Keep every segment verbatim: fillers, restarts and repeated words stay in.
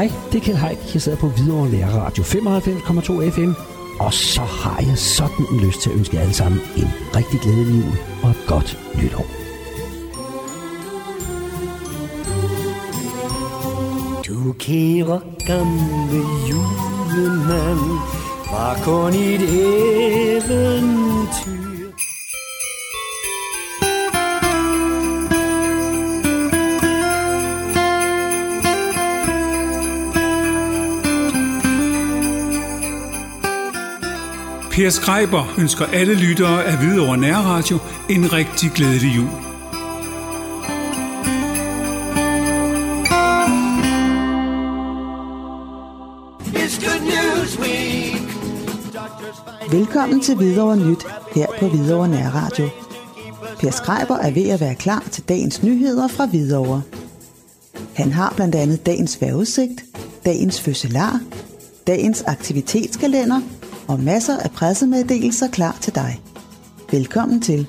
Hej, det er Kjeld Haik. Jeg sidder på Hvidovre Nærradio femoghalvfems komma to F M. Og så har jeg sådan en lyst til at ønske jer alle sammen en rigtig glædelig jul og et godt nytår. Du kære gamle julemand var kun et eventyr. Per Schreiber ønsker alle lyttere af Hvidovre Nærradio en rigtig glædelig jul. Velkommen til Hvidovre Nyt her på Hvidovre Nærradio. Per Schreiber er ved at være klar til dagens nyheder fra Hvidovre. Han har blandt andet dagens vejrudsigt, dagens fødselar, dagens aktivitetskalender og masser af pressemeddelelser klar til dig. Velkommen til.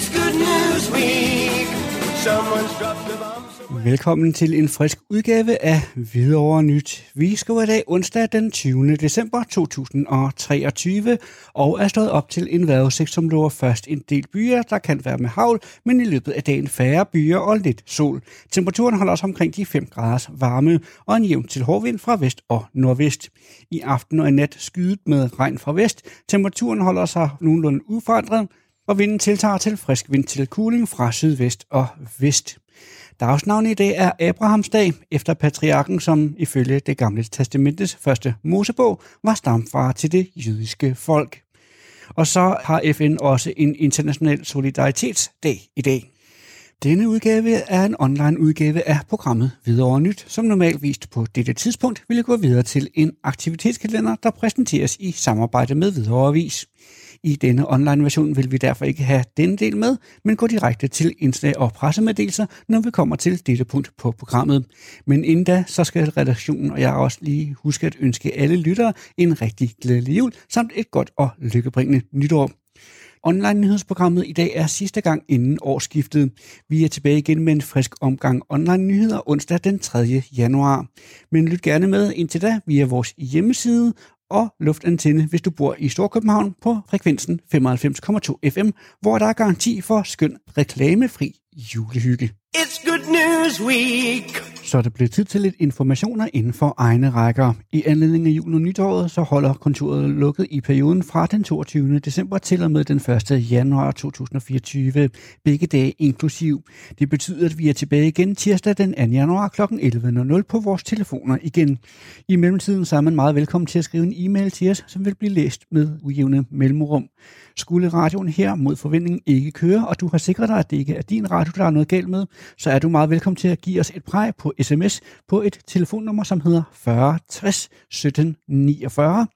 Velkommen til en frisk udgave af Hvidovre Nyt. Vi skriver i dag onsdag den tyvende december to tusind og treogtyve og er stået op til en vejrudsigt, som lover først en del byer, der kan være med hagl, men i løbet af dagen færre byer og lidt sol. Temperaturen holder sig omkring de fem graders varme og en jævn til hård vind fra vest og nordvest. I aften og i nat skydet med regn fra vest. Temperaturen holder sig nogenlunde uforandret, og vinden tiltager til frisk vind til kuling fra sydvest og vest. Dagsnavnet i dag er Abrahams dag, efter patriarken, som ifølge det gamle testamentets første Mosebog var stamfar til det jødiske folk. Og så har F N også en international solidaritetsdag i dag. Denne udgave er en online udgave af programmet Hvidovre Nyt, som normalt vist på dette tidspunkt ville gå videre til en aktivitetskalender, der præsenteres i samarbejde med Hvidovre Avis. I denne online version vil vi derfor ikke have denne del med, men gå direkte til indslag og pressemeddelelser, når vi kommer til dette punkt på programmet. Men inden da, så skal redaktionen og jeg også lige huske at ønske alle lyttere en rigtig glædelig jul, samt et godt og lykkebringende nytår. Online-nyhedsprogrammet i dag er sidste gang inden årsskiftet. Vi er tilbage igen med en frisk omgang online-nyheder onsdag den tredje januar. Men lyt gerne med indtil da via vores hjemmeside og luftantenne, hvis du bor i Storkøbenhavn på frekvensen femoghalvfems komma to F M, hvor der er garanti for skøn reklamefri julehygge. It's good news week. Så er det blevet tid til lidt informationer inden for egne rækker. I anledning af julen og nytåret, så holder kontoret lukket i perioden fra den toogtyvende december til og med den første januar to tusind og fireogtyve. Begge dage inklusiv. Det betyder, at vi er tilbage igen tirsdag den anden januar kl. elleve på vores telefoner igen. I mellemtiden så er man meget velkommen til at skrive en e-mail til os, som vil blive læst med ujævne mellemrum. Skulle radioen her mod forventning ikke køre, og du har sikret dig, at det ikke er din radio, der er noget galt med, så er du meget velkommen til at give os et præg på sms på et telefonnummer, som hedder fyrre tres sytten niogfyrre.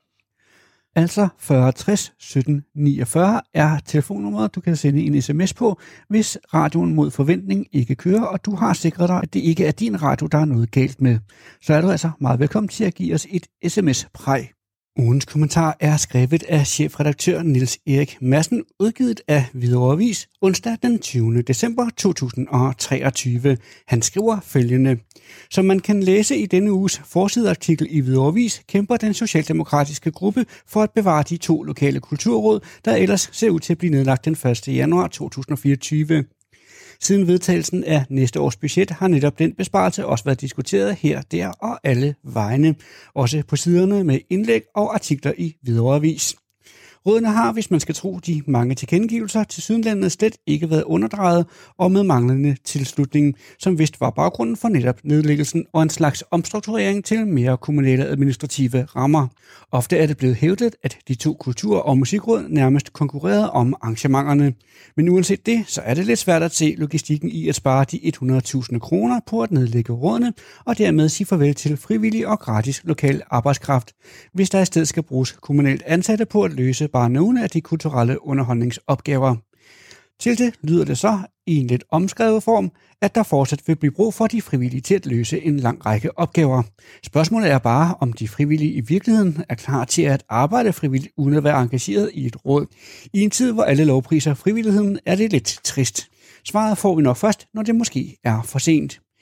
Altså fyrre tres sytten niogfyrre er telefonnummeret, du kan sende en sms på, hvis radioen mod forventning ikke kører, og du har sikret dig, at det ikke er din radio, der er noget galt med. Så er du altså meget velkommen til at give os et sms-præg. Ugens kommentar er skrevet af chefredaktør Niels Erik Madsen, udgivet af Hvidovre Avis onsdag den tyvende december to tusind og treogtyve. Han skriver følgende: Som man kan læse i denne uges forsideartikel i Hvidovre Avis, kæmper den socialdemokratiske gruppe for at bevare de to lokale kulturråd, der ellers ser ud til at blive nedlagt den første januar to tusind og fireogtyve. Siden vedtagelsen af næste års budget har netop den besparelse også været diskuteret her, der og alle vegne. Også på siderne med indlæg og artikler i Hvidovre Avis. Rådene har, hvis man skal tro de mange tilkendegivelser, til sydenlandet slet ikke været underdrejet og med manglende tilslutning, som vist var baggrunden for netop nedlæggelsen og en slags omstrukturering til mere kommunale administrative rammer. Ofte er det blevet hævdet, at de to kultur- og musikråd nærmest konkurrerede om arrangementerne. Men uanset det, så er det lidt svært at se logistikken i at spare de hundrede tusind kroner på at nedlægge rådene og dermed sige farvel til frivillig og gratis lokal arbejdskraft, hvis der i stedet skal bruges kommunalt ansatte på at løse bare nogle af de kulturelle underholdningsopgaver. Til det lyder det så i en lidt omskrevet form, at der fortsat vil blive brug for de frivillige til at løse en lang række opgaver. Spørgsmålet er bare, om de frivillige i virkeligheden er klar til at arbejde frivilligt uden at være engageret i et råd. I en tid, hvor alle lovpriser frivilligheden, er det lidt trist. Svaret får vi nok først, når det måske er for sent.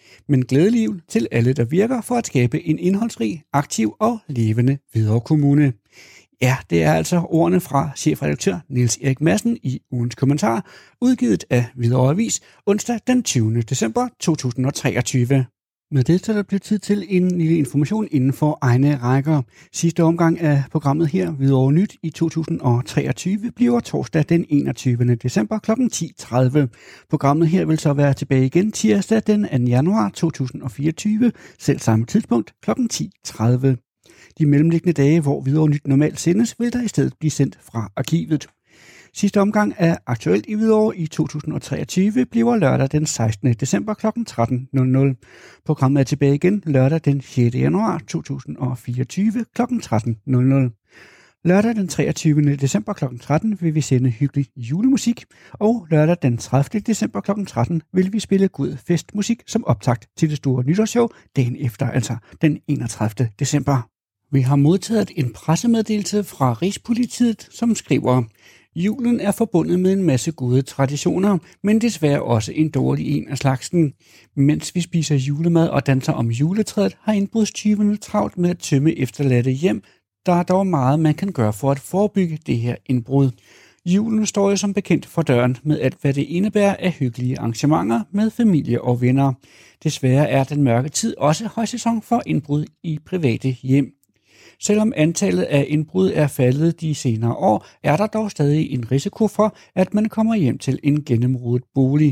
Men glædelig jul til alle, der virker for at skabe en indholdsrig, aktiv og levende Hvidovre Kommune. Ja, det er altså ordene fra chefredaktør Niels Erik Madsen i ugens kommentar, udgivet af Hvidovre Avis onsdag den tyvende december to tusind og treogtyve. Med det så der bliver tid til en lille information inden for egne rækker. Sidste omgang af programmet her, Hvidovre Nyt i to tusind og treogtyve, bliver torsdag den enogtyvende december klokken ti tredive. Programmet her vil så være tilbage igen tirsdag den anden januar to tusind og fireogtyve, selv samme tidspunkt klokken ti tredive. De mellemliggende dage, hvor Hvidovre Nyt normalt sendes, vil der i stedet blive sendt fra arkivet. Sidste omgang af Aktuelt i Hvidovre i to tusind og treogtyve bliver lørdag den sekstende december klokken tretten nul nul. Programmet er tilbage igen lørdag den sjette januar to tusind og fireogtyve klokken tretten nul nul. Lørdag den treogtyvende december klokken tretten vil vi sende hyggelig julemusik, og lørdag den tredivte december klokken tretten vil vi spille god festmusik som optakt til det store nytårsshow dagen efter, altså den enogtredivte december. Vi har modtaget en pressemeddelelse fra Rigspolitiet, som skriver: Julen er forbundet med en masse gode traditioner, men desværre også en dårlig en af slagsen. Mens vi spiser julemad og danser om juletræet, har indbrudstyvene travlt med at tømme efterladte hjem. Der er dog meget, man kan gøre for at forebygge det her indbrud. Julen står jo som bekendt for døren med alt, hvad det indebærer af hyggelige arrangementer med familie og venner. Desværre er den mørke tid også højsæson for indbrud i private hjem. Selvom antallet af indbrud er faldet de senere år, er der dog stadig en risiko for, at man kommer hjem til en gennemrodet bolig.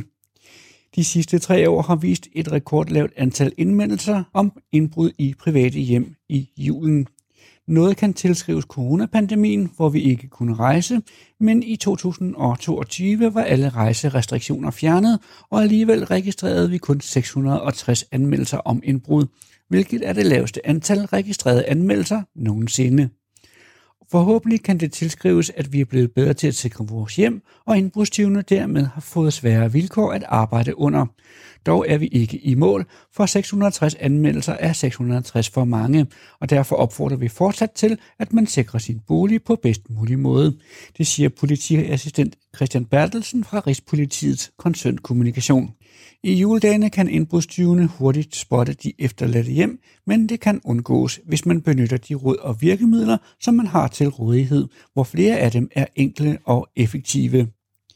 De sidste tre år har vist et rekordlavt antal indmeldelser om indbrud i private hjem i julen. Noget kan tilskrives coronapandemien, hvor vi ikke kunne rejse, men i to tusind og toogtyve var alle rejserestriktioner fjernet, og alligevel registrerede vi kun seks hundrede og tres anmeldelser om indbrud, hvilket er det laveste antal registrerede anmeldelser nogensinde. Forhåbentlig kan det tilskrives, at vi er blevet bedre til at sikre vores hjem, og indbrudstyvene dermed har fået sværere vilkår at arbejde under. Dog er vi ikke i mål, for seks hundrede og tres anmeldelser er seks hundrede og tres for mange, og derfor opfordrer vi fortsat til, at man sikrer sin bolig på bedst mulig måde. Det siger politiassistent Christian Bertelsen fra Rigspolitiets koncernkommunikation. I juledagene kan indbrudstyvene hurtigt spotte de efterladte hjem, men det kan undgås, hvis man benytter de råd og virkemidler, som man har til rådighed, hvor flere af dem er enkle og effektive.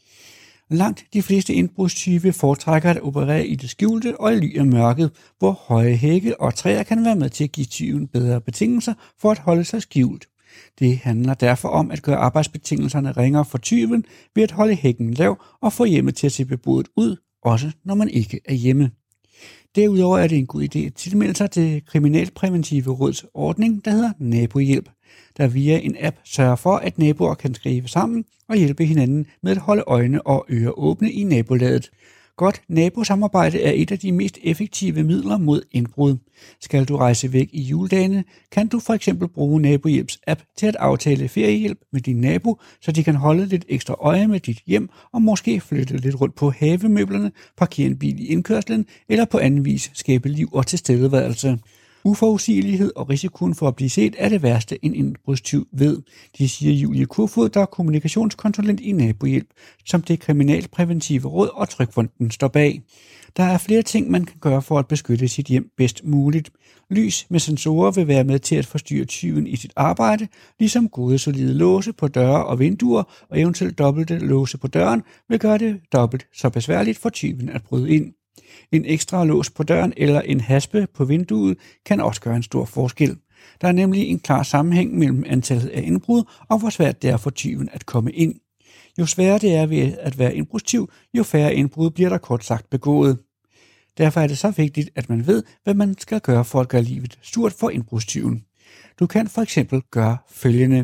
Langt de fleste indbrudstyve foretrækker at operere i det skjulte og i ly af mørket, hvor høje hække og træer kan være med til at give tyven bedre betingelser for at holde sig skjult. Det handler derfor om at gøre arbejdsbetingelserne ringere for tyven ved at holde hækken lav og få hjemmet til at se beboet ud, også når man ikke er hjemme. Derudover er det en god idé at tilmelde sig til Kriminalpræventive Råds ordning, der hedder Nabohjælp, der via en app sørger for, at naboer kan skrive sammen og hjælpe hinanden med at holde øjne og ører åbne i nabolaget. Godt nabosamarbejde er et af de mest effektive midler mod indbrud. Skal du rejse væk i juledagene, kan du for eksempel bruge Nabohjælps app til at aftale feriehjælp med din nabo, så de kan holde lidt ekstra øje med dit hjem og måske flytte lidt rundt på havemøblerne, parkere en bil i indkørslen eller på anden vis skabe liv og tilstedeværelse. Uforudsigelighed og risikoen for at blive set er det værste, en indbrudstyv ved, det siger Julie Kurfod, der er kommunikationskonsulent i Nabohjælp, som det Kriminalpræventive Råd og Trygfonden står bag. Der er flere ting, man kan gøre for at beskytte sit hjem bedst muligt. Lys med sensorer vil være med til at forstyrre tyven i sit arbejde, ligesom gode solide låse på døre og vinduer og eventuelt dobbelte låse på døren vil gøre det dobbelt så besværligt for tyven at bryde ind. En ekstra lås på døren eller en haspe på vinduet kan også gøre en stor forskel. Der er nemlig en klar sammenhæng mellem antallet af indbrud og hvor svært det er for tyven at komme ind. Jo sværere det er ved at være indbrudstyv, jo færre indbrud bliver der kort sagt begået. Derfor er det så vigtigt, at man ved, hvad man skal gøre for at gøre livet stort for indbrudstyven. Du kan for eksempel gøre følgende.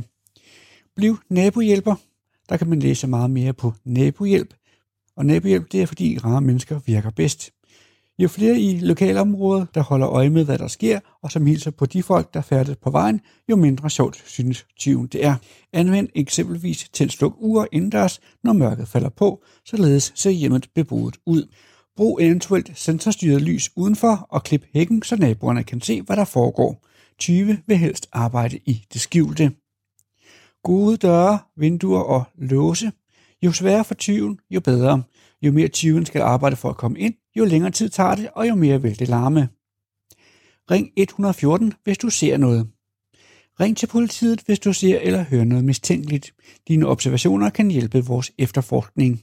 Bliv nabohjælper. Der kan man læse meget mere på Nabohjælp. Og Nabohjælp, det er fordi rare mennesker virker bedst. Jo flere i lokalområdet, der holder øje med, hvad der sker, og som hilser på de folk, der færdes på vejen, jo mindre sjovt synes tyven det er. Anvend eksempelvis tændsluk ure indendørs, når mørket falder på, således ser hjemmet beboet ud. Brug eventuelt sensorstyret lys udenfor og klip hækken, så naboerne kan se, hvad der foregår. Tyve vil helst arbejde i det skjulte. Gode døre, vinduer og låse. Jo sværere for tyven, jo bedre. Jo mere tyven skal arbejde for at komme ind, jo længere tid tager det, og jo mere vil det larme. Ring et et fire, hvis du ser noget. Ring til politiet, hvis du ser eller hører noget mistænkeligt. Dine observationer kan hjælpe vores efterforskning.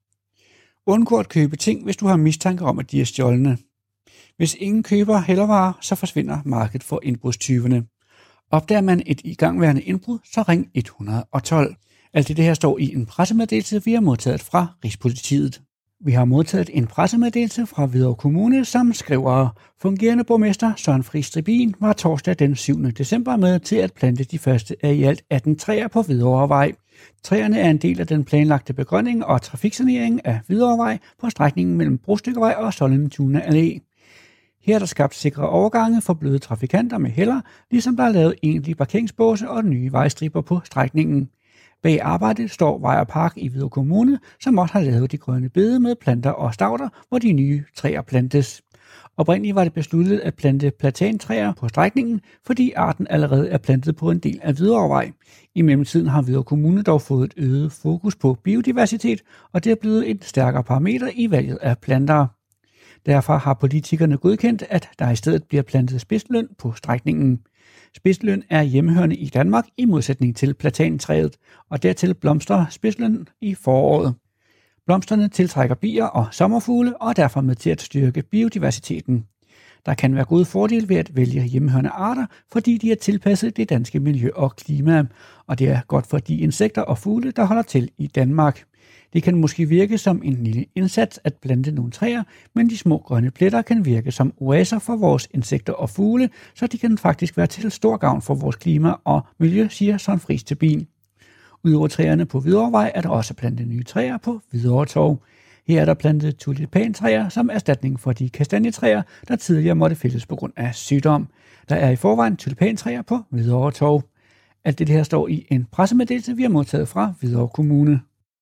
Undgå at købe ting, hvis du har mistanke om, at de er stjålne. Hvis ingen køber hælervarer, så forsvinder markedet for indbrudstyvene. Opdager man et igangværende indbrud, så ring et et to. Alt det her står i en pressemeddelelse, vi har modtaget fra Rigspolitiet. Vi har modtaget en pressemeddelelse fra Hvidovre Kommune, som skriver, fungerende borgmester Søren Friis Trebin var torsdag den syvende december med til at plante de første af i alt atten træer på Hvidovrevej. Træerne er en del af den planlagte begrønning og trafiksanering af Hvidovrevej på strækningen mellem Brostykkervej og Sollentuna Allé. Her er der skabt sikre overgange for bløde trafikanter med hælder, ligesom der er lavet egentlige parkeringsbåse og nye vejstriber på strækningen. Bag arbejdet står Vej og Park i Hvidovre Kommune, som også har lavet de grønne bede med planter og stauder, hvor de nye træer plantes. Oprindeligt var det besluttet at plante platantræer på strækningen, fordi arten allerede er plantet på en del af Hvidovrevej. I mellemtiden har Hvidovre Kommune dog fået et øget fokus på biodiversitet, og det er blevet et stærkere parameter i valget af planter. Derfor har politikerne godkendt, at der i stedet bliver plantet spidsløn på strækningen. Spidsløn er hjemmehørende i Danmark i modsætning til platantræet, og dertil blomstrer spidsløn i foråret. Blomsterne tiltrækker bier og sommerfugle og er derfor med til at styrke biodiversiteten. Der kan være gode fordele ved at vælge hjemmehørende arter, fordi de er tilpasset det danske miljø og klima, og det er godt for de insekter og fugle, der holder til i Danmark. Det kan måske virke som en lille indsats at plante nogle træer, men de små grønne pletter kan virke som oaser for vores insekter og fugle, så de kan faktisk være til stor gavn for vores klima og miljø, siger Søren Friis Trebin. Udover træerne på Hvidovrevej er der også plantet nye træer på Hvidovre Torv. Her er der plantet tulipantræer som erstatning for de kastanjetræer, der tidligere måtte fældes på grund af sygdom. Der er i forvejen tulipantræer på Hvidovre Torv. Alt det her står i en pressemeddelelse, vi har modtaget fra Hvidovre Kommune.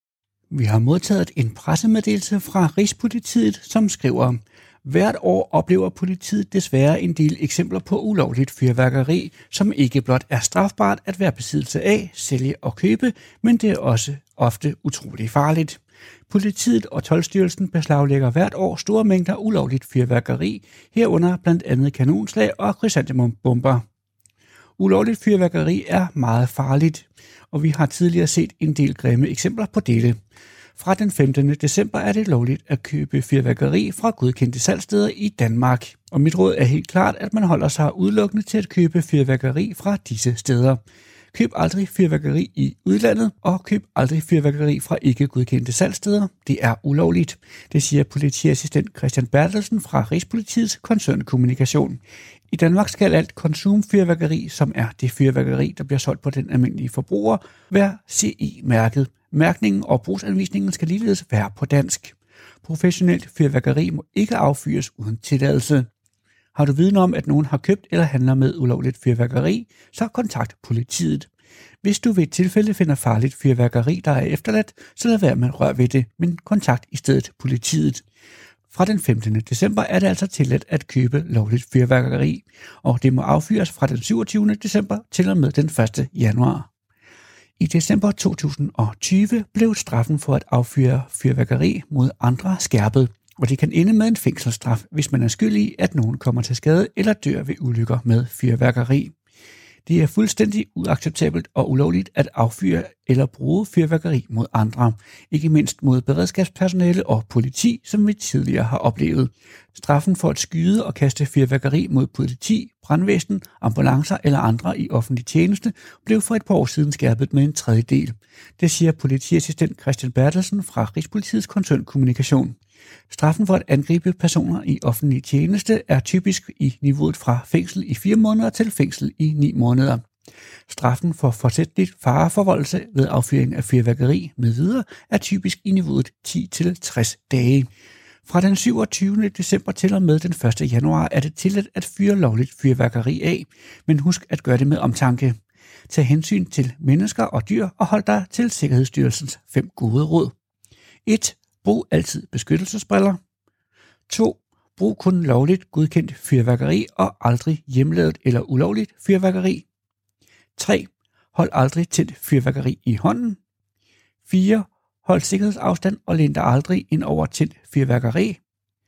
Vi har modtaget en pressemeddelelse fra Rigspolitiet, som skriver, hvert år oplever politiet desværre en del eksempler på ulovligt fyrværkeri, som ikke blot er strafbart at være besiddelse af, sælge og købe, men det er også ofte utroligt farligt. Politiet og Toldstyrelsen beslaglægger hvert år store mængder ulovligt fyrværkeri, herunder blandt andet kanonslag og krysantemumbomber. Ulovligt fyrværkeri er meget farligt, og vi har tidligere set en del grimme eksempler på dette. Fra den femtende december er det lovligt at købe fyrværkeri fra godkendte salgssteder i Danmark. Og mit råd er helt klart, at man holder sig udelukkende til at købe fyrværkeri fra disse steder. Køb aldrig fyrværkeri i udlandet, og køb aldrig fyrværkeri fra ikke godkendte salgssteder. Det er ulovligt. Det siger politiassistent Christian Bertelsen fra Rigspolitiets koncernkommunikation. I Danmark skal alt konsumfyrværkeri, som er det fyrværkeri, der bliver solgt på den almindelige forbruger, være C E-mærket. Mærkningen og brugsanvisningen skal ligeledes være på dansk. Professionelt fyrværkeri må ikke affyres uden tilladelse. Har du viden om, at nogen har købt eller handler med ulovligt fyrværkeri, så kontakt politiet. Hvis du ved et tilfælde finder farligt fyrværkeri, der er efterladt, så lad være med at røre ved det, men kontakt i stedet politiet. Fra den femtende december er det altså tilladt at købe lovligt fyrværkeri, og det må affyres fra den syvogtyvende december til og med den første januar. I december to tusind og tyve blev straffen for at affyre fyrværkeri mod andre skærpet, og det kan ende med en fængselsstraf, hvis man er skyldig i, at nogen kommer til skade eller dør ved ulykker med fyrværkeri. Det er fuldstændig uacceptabelt og ulovligt at affyre eller bruge fyrværkeri mod andre, ikke mindst mod beredskabspersonale og politi, som vi tidligere har oplevet. Straffen for at skyde og kaste fyrværkeri mod politi, brandvæsen, ambulancer eller andre i offentlig tjeneste blev for et par år siden skærpet med en tredjedel. Det siger politiassistent Christian Bertelsen fra Rigspolitiets koncernkommunikation. Straffen for at angribe personer i offentlig tjeneste er typisk i niveauet fra fængsel i fire måneder til fængsel i ni måneder. Straffen for forsætligt fareforvoldelse ved affyring af fyrværkeri med videre er typisk i niveauet ti til tres dage. Fra den syvogtyvende december til og med den første januar er det tilladt at fyre lovligt fyrværkeri af, men husk at gøre det med omtanke. Tag hensyn til mennesker og dyr og hold dig til Sikkerhedsstyrelsens fem gode råd. et. Brug altid beskyttelsesbriller. to. Brug kun lovligt godkendt fyrværkeri og aldrig hjemmelavet eller ulovligt fyrværkeri. tre. Hold aldrig tændt fyrværkeri i hånden. fire. Hold sikkerhedsafstand og læn dig aldrig ind over tændt fyrværkeri.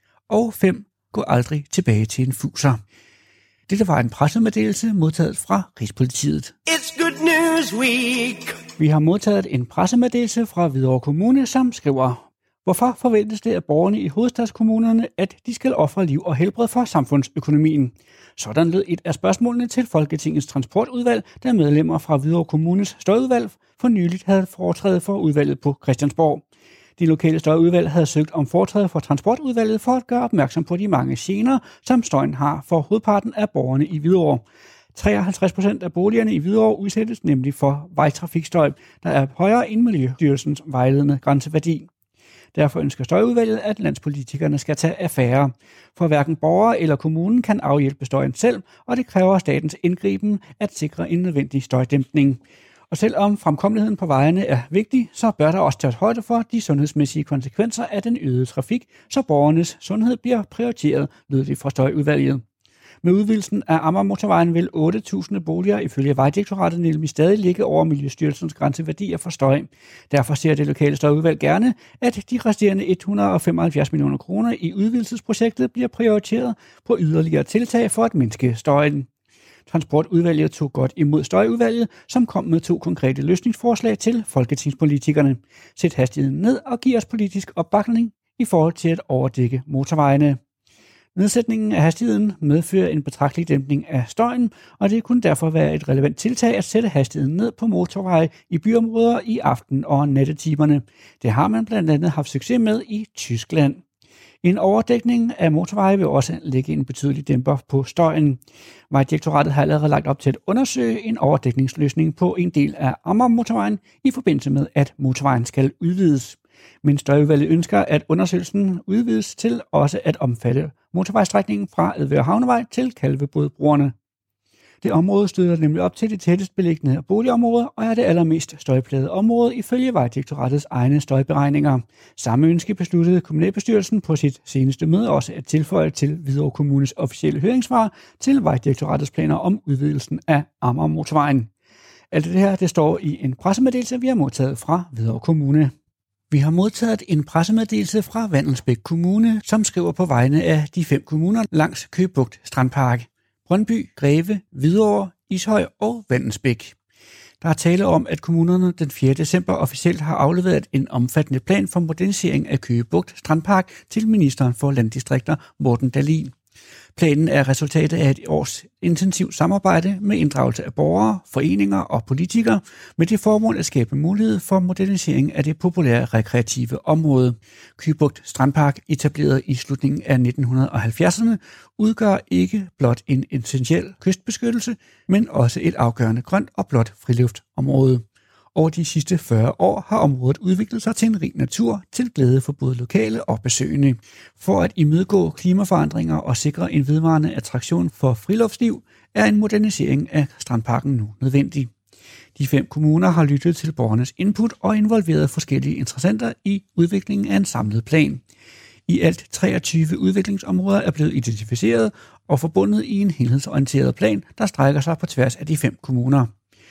Og fem. Gå aldrig tilbage til en fuser. Dette var en pressemeddelelse modtaget fra Rigspolitiet. It's Good News Week. Vi har modtaget en pressemeddelelse fra Hvidovre Kommune, som skriver: Hvorfor forventes det af borgerne i hovedstadskommunerne, at de skal ofre liv og helbred for samfundsøkonomien? Sådan lød et af spørgsmålene til Folketingets transportudvalg, da medlemmer fra Hvidovre Kommunes støjudvalg for nyligt havde foretræde for udvalget på Christiansborg. De lokale støjudvalg havde søgt om foretræde for transportudvalget for at gøre opmærksom på de mange gener, som støjen har for hovedparten af borgerne i Hvidovre. treoghalvtreds procent af boligerne i Hvidovre udsættes nemlig for vejtrafikstøj, der er højere end Miljøstyrelsens vejledende grænseværdi. Derfor ønsker støjudvalget, at landspolitikerne skal tage affære. For hverken borgere eller kommunen kan afhjælpe støjen selv, og det kræver statens indgriben at sikre en nødvendig støjdæmpning. Og selvom fremkommeligheden på vejene er vigtig, så bør der også tages højde for de sundhedsmæssige konsekvenser af den øgede trafik, så borgernes sundhed bliver prioriteret, lød det fra støjudvalget. Med udvidelsen af Amagermotorvejen vil otte tusind boliger ifølge Vejdirektoratet nemlig stadig ligge over Miljøstyrelsens grænseværdier for støj. Derfor ser det lokale støjudvalg gerne, at de resterende et hundrede og femoghalvfjerds millioner kroner i udvidelsesprojektet bliver prioriteret på yderligere tiltag for at mindske støjen. Transportudvalget tog godt imod støjudvalget, som kom med to konkrete løsningsforslag til folketingspolitikerne. Sæt hastigheden ned og giv os politisk opbakning i forhold til at overdække motorvejene. Nedsætningen af hastigheden medfører en betragtelig dæmpning af støjen, og det kunne derfor være et relevant tiltag at sætte hastigheden ned på motorveje i byområder i aften- og nattetimerne. Det har man blandt andet haft succes med i Tyskland. En overdækning af motorveje vil også lægge en betydelig dæmper på støjen. Vejdirektoratet har allerede lagt op til at undersøge en overdækningsløsning på en del af Amagermotorvejen i forbindelse med, at motorvejen skal udvides. Men støjudvalget ønsker, at undersøgelsen udvides til også at omfatte motorvejstrækningen fra Advør Havnevej til Kalvebodbroerne. Det område støder nemlig op til det tættest beliggende boligområde og er det allermest støjplagede område ifølge Vejdirektoratets egne støjberegninger. Samme ønske besluttede kommunalbestyrelsen på sit seneste møde også at tilføje til Hvidovre Kommunes officielle høringssvar til Vejdirektoratets planer om udvidelsen af Amagermotorvejen. Alt det her det står i en pressemeddelelse, vi har modtaget fra Hvidovre Kommune. Vi har modtaget en pressemeddelelse fra Vandelsbæk Kommune, som skriver på vegne af de fem kommuner langs Køge Bugt Strandpark: Brøndby, Greve, Hvidovre, Ishøj og Vandelsbæk. Der er tale om, at kommunerne den fjerde december officielt har afleveret en omfattende plan for modernisering af Køge Bugt Strandpark til ministeren for landdistrikter Morten Dahlin. Planen er resultatet af et års intensivt samarbejde med inddragelse af borgere, foreninger og politikere med det formål at skabe mulighed for modernisering af det populære rekreative område. Køge Bugt Strandpark, etableret i slutningen af nitten halvfjerdserne, udgør ikke blot en essentiel kystbeskyttelse, men også et afgørende grønt og blåt friluftsområde. Over de sidste fyrre år har området udviklet sig til en rig natur til glæde for både lokale og besøgende. For at imødegå klimaforandringer og sikre en vedvarende attraktion for friluftsliv, er en modernisering af strandparken nu nødvendig. De fem kommuner har lyttet til borgernes input og involveret forskellige interessenter i udviklingen af en samlet plan. I alt treogtyve udviklingsområder er blevet identificeret og forbundet i en helhedsorienteret plan, der strækker sig på tværs af de fem kommuner.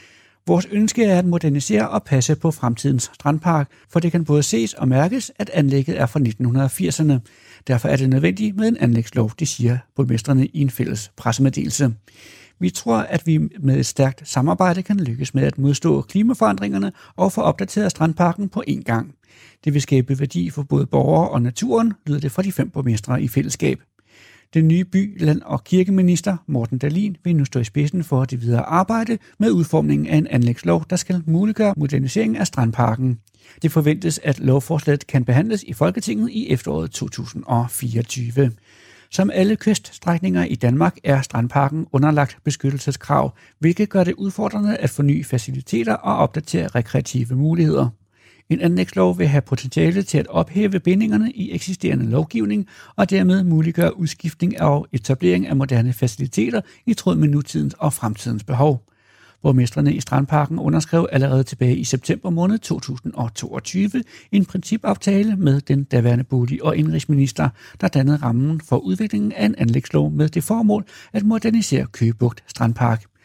Vores ønske er at modernisere og passe på fremtidens strandpark, for det kan både ses og mærkes, at anlægget er fra nitten firserne. Derfor er det nødvendigt med en anlægslov, det siger borgmestrene i en fælles pressemeddelelse. Vi tror, at vi med et stærkt samarbejde kan lykkes med at modstå klimaforandringerne og få opdateret strandparken på én gang. Det vil skabe værdi for både borgere og naturen, lyder det fra de fem borgmestre i fællesskab. Den nye by-, land- og kirkeminister Morten Dahlin vil nu stå i spidsen for det videre arbejde med udformningen af en anlægslov, der skal muliggøre moderniseringen af strandparken. Det forventes, at lovforslaget kan behandles i Folketinget i efteråret to tusind fireogtyve. Som alle kyststrækninger i Danmark er strandparken underlagt beskyttelseskrav, hvilket gør det udfordrende at forny faciliteter og opdatere rekreative muligheder. En anlægslov vil have potentiale til at ophæve bindingerne i eksisterende lovgivning og dermed muliggøre udskiftning og etablering af moderne faciliteter i tråd med nutidens og fremtidens behov. Borgmestrene i Strandparken underskrev allerede tilbage i september måned to tusind toogtyve en principaftale med den daværende bolig- og indenrigsminister, der dannede rammen for udviklingen af en anlægslov med det formål at modernisere Køge Bugt Strandpark.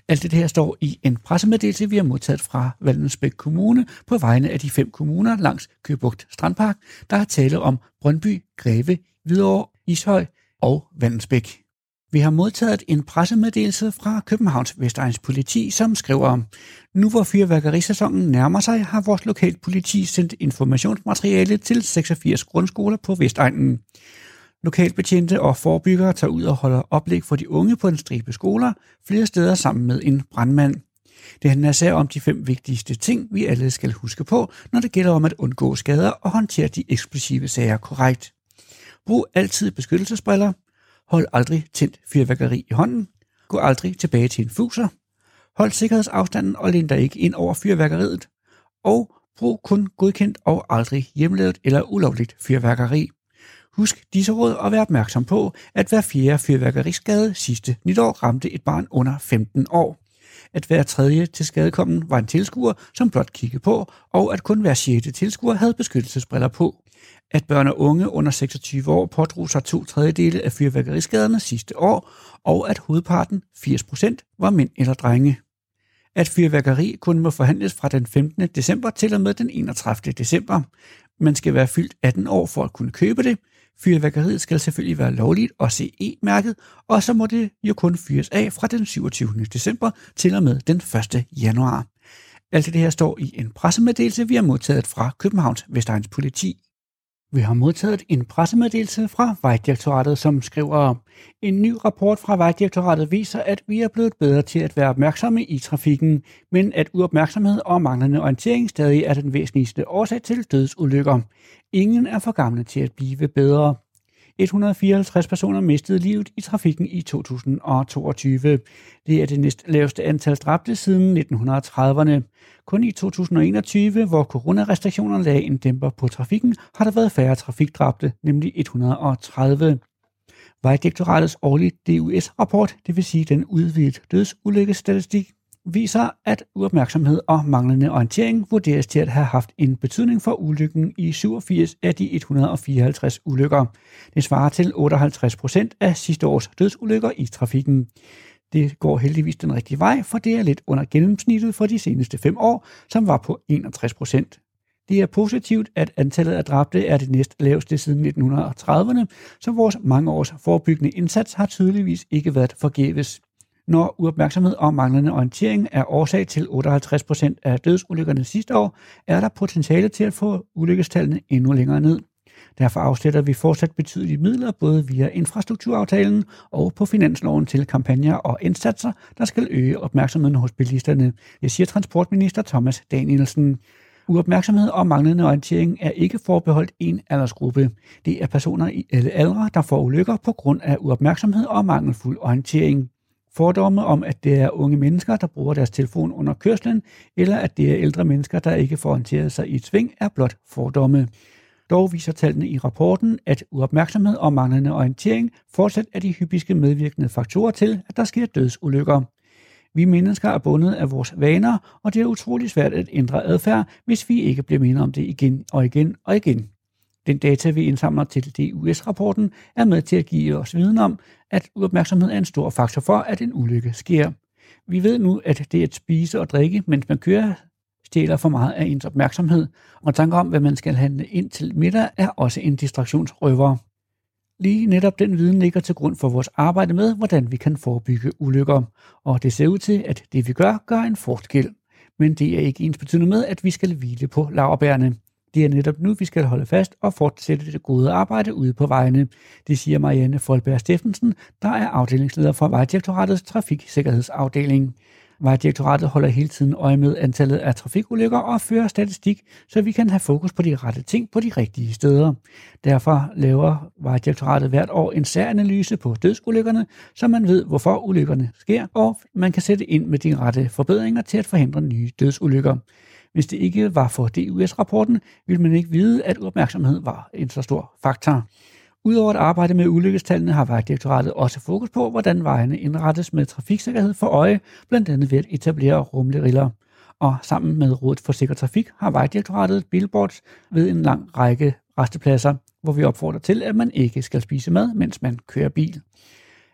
Alt det her står i en pressemeddelelse, vi har modtaget fra Vallensbæk Kommune på vegne af de fem kommuner langs Køge Bugt Strandpark, der har tale om Brøndby, Greve, Hvidovre, Ishøj og Vallensbæk. Vi har modtaget en pressemeddelelse fra Københavns Vestegns Politi, som skriver: Nu hvor fyrværkerisæsonen nærmer sig, har vores lokalt politi sendt informationsmateriale til seksogfirs grundskoler på Vestegnen. Lokalbetjente og forebyggere tager ud og holder oplæg for de unge på en stribe skoler, flere steder sammen med en brandmand. Det handler især om de fem vigtigste ting, vi alle skal huske på, når det gælder om at undgå skader og håndtere de eksplosive sager korrekt. Brug altid beskyttelsesbriller. Hold aldrig tændt fyrværkeri i hånden. Gå aldrig tilbage til en fuser. Hold sikkerhedsafstanden og læn dig ikke ind over fyrværkeriet. Og brug kun godkendt og aldrig hjemmelavet eller ulovligt fyrværkeri. Husk disse råd og vær opmærksom på, at hver fjerde fyrværkeriskade sidste nytår ramte et barn under femten år. At hver tredje til skadekommen var en tilskuer, som blot kiggede på, og at kun hver sjette tilskuer havde beskyttelsesbriller på. At børn og unge under seksogtyve år pådrog sig to tredjedele af fyrværkeriskaderne sidste år, og at hovedparten, firs procent, var mænd eller drenge. At fyrværkeri kun må forhandles fra den femtende december til og med den enogtredivte december. Man skal være fyldt atten år for at kunne købe det. Fyrværkeriet skal selvfølgelig være lovligt og C E-mærket, og så må det jo kun fyres af fra den syvogtyvende december til og med den første januar. Alt det her står i en pressemeddelelse, vi har modtaget fra Københavns Vestegns Politi. Vi har modtaget en pressemeddelelse fra Vejdirektoratet, som skriver: En ny rapport fra Vejdirektoratet viser, at vi er blevet bedre til at være opmærksomme i trafikken, men at uopmærksomhed og manglende orientering stadig er den væsentligste årsag til dødsulykker. Ingen er for gamle til at blive bedre. et hundrede og fireoghalvtreds personer mistede livet i trafikken i to tusind og toogtyve. Det er det næst laveste antal dræbte siden nitten trediverne. Kun i to tusind og enogtyve, hvor coronarestriktionerne lagde en dæmper på trafikken, har der været færre trafikdræbte, nemlig et hundrede og tredive. Vejdirektoratets årlige D U S-rapport, det vil sige den udvidede dødsulykkestatistik, viser, at uopmærksomhed og manglende orientering vurderes til at have haft en betydning for ulykken i syvogfirs af de et hundrede og fireoghalvtreds ulykker. Det svarer til otteoghalvtreds procent af sidste års dødsulykker i trafikken. Det går heldigvis den rigtige vej, for det er lidt under gennemsnittet for de seneste fem år, som var på enogtres procent. Det er positivt, at antallet af dræbte er det næst laveste siden nitten trediverne, så vores mange års forebyggende indsats har tydeligvis ikke været forgæves. Når uopmærksomhed og manglende orientering er årsag til otteoghalvtreds procent af dødsulykkerne sidste år, er der potentiale til at få ulykkestallene endnu længere ned. Derfor afsætter vi fortsat betydelige midler både via infrastrukturaftalen og på finansloven til kampagner og indsatser, der skal øge opmærksomheden hos bilisterne. Det siger transportminister Thomas Danielsen. Uopmærksomhed og manglende orientering er ikke forbeholdt en aldersgruppe. Det er personer i alle aldre, der får ulykker på grund af uopmærksomhed og mangelfuld orientering. Fordomme om, at det er unge mennesker, der bruger deres telefon under kørslen, eller at det er ældre mennesker, der ikke får orienteret sig i et sving, er blot fordomme. Dog viser tallene i rapporten, at uopmærksomhed og manglende orientering fortsat er de hyppigste medvirkende faktorer til, at der sker dødsulykker. Vi mennesker er bundet af vores vaner, og det er utrolig svært at ændre adfærd, hvis vi ikke bliver mindet om det igen og igen og igen. Den data, vi indsamler til D U S-rapporten, er med til at give os viden om, at uopmærksomhed er en stor faktor for, at en ulykke sker. Vi ved nu, at det at spise og drikke, mens man kører, stjæler for meget af ens opmærksomhed, og tanker om, hvad man skal handle ind til middag, er også en distraktionsrøver. Lige netop den viden ligger til grund for vores arbejde med, hvordan vi kan forebygge ulykker, og det ser ud til, at det vi gør, gør en forskel. Men det er ikke ensbetydende med, at vi skal hvile på laurbærrene. Det er netop nu, vi skal holde fast og fortsætte det gode arbejde ude på vejene. Det siger Marianne Folberg Steffensen, der er afdelingsleder for Vejdirektoratets trafiksikkerhedsafdeling. Vejdirektoratet holder hele tiden øje med antallet af trafikulykker og fører statistik, så vi kan have fokus på de rette ting på de rigtige steder. Derfor laver Vejdirektoratet hvert år en særanalyse på dødsulykkerne, så man ved, hvorfor ulykkerne sker, og man kan sætte ind med de rette forbedringer til at forhindre nye dødsulykker. Hvis det ikke var for D U S-rapporten, ville man ikke vide, at opmærksomhed var en så stor faktor. Udover at arbejde med ulykkestallene har Vejdirektoratet også fokus på, hvordan vejene indrettes med trafiksikkerhed for øje, blandt andet ved at etablere rumleriller. Og sammen med Rådet for Sikker Trafik har Vejdirektoratet billboards ved en lang række rastepladser, hvor vi opfordrer til, at man ikke skal spise mad, mens man kører bil.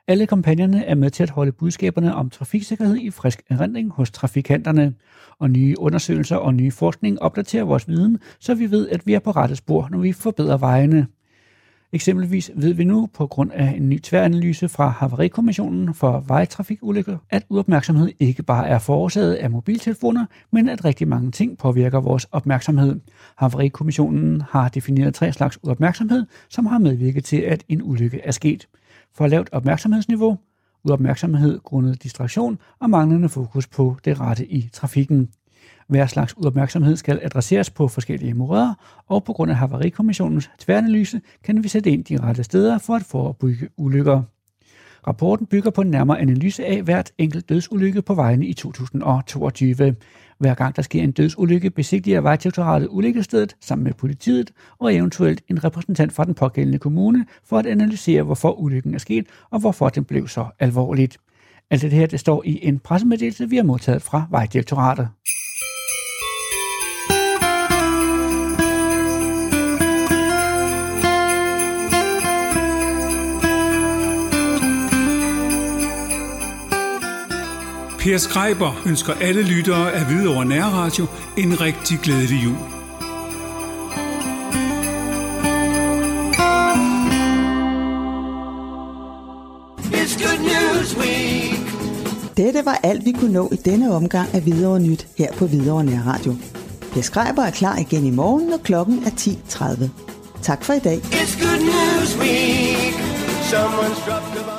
Alle kampagnerne er med til at holde budskaberne om trafiksikkerhed i frisk erindring hos trafikanterne, og nye undersøgelser og ny forskning opdaterer vores viden, så vi ved, at vi er på rette spor, når vi forbedrer vejene. Eksempelvis ved vi nu på grund af en ny tværanalyse fra Havarikommissionen for vejtrafikulykker, at uopmærksomhed ikke bare er forårsaget af mobiltelefoner, men at rigtig mange ting påvirker vores opmærksomhed. Havarikommissionen har defineret tre slags uopmærksomhed, som har medvirket til, at en ulykke er sket. For lavt opmærksomhedsniveau, uopmærksomhed grundet distraktion og manglende fokus på det rette i trafikken. Hver slags uopmærksomhed skal adresseres på forskellige måder, og på grund af Havarikommissionens tværanalyse kan vi sætte ind de rette steder for at forebygge ulykker. Rapporten bygger på en nærmere analyse af hvert enkelt dødsulykke på vejene i to tusind toogtyve. Hver gang der sker en dødsulykke, besigtiger Vejdirektoratet ulykkesstedet sammen med politiet og eventuelt en repræsentant fra den pågældende kommune for at analysere, hvorfor ulykken er sket og hvorfor den blev så alvorligt. Alt det her det står i en pressemeddelelse, vi har modtaget fra Vejdirektoratet. Per Schreiber ønsker alle lyttere af Hvidovre Nærradio en rigtig glædelig jul. It's Good News Week. Dette var alt, vi kunne nå i denne omgang af Hvidovre Nyt her på Hvidovre Nærradio. Per Schreiber er klar igen i morgen, når klokken er ti tredive. Tak for i dag. It's Good News Week. Someone's dropped the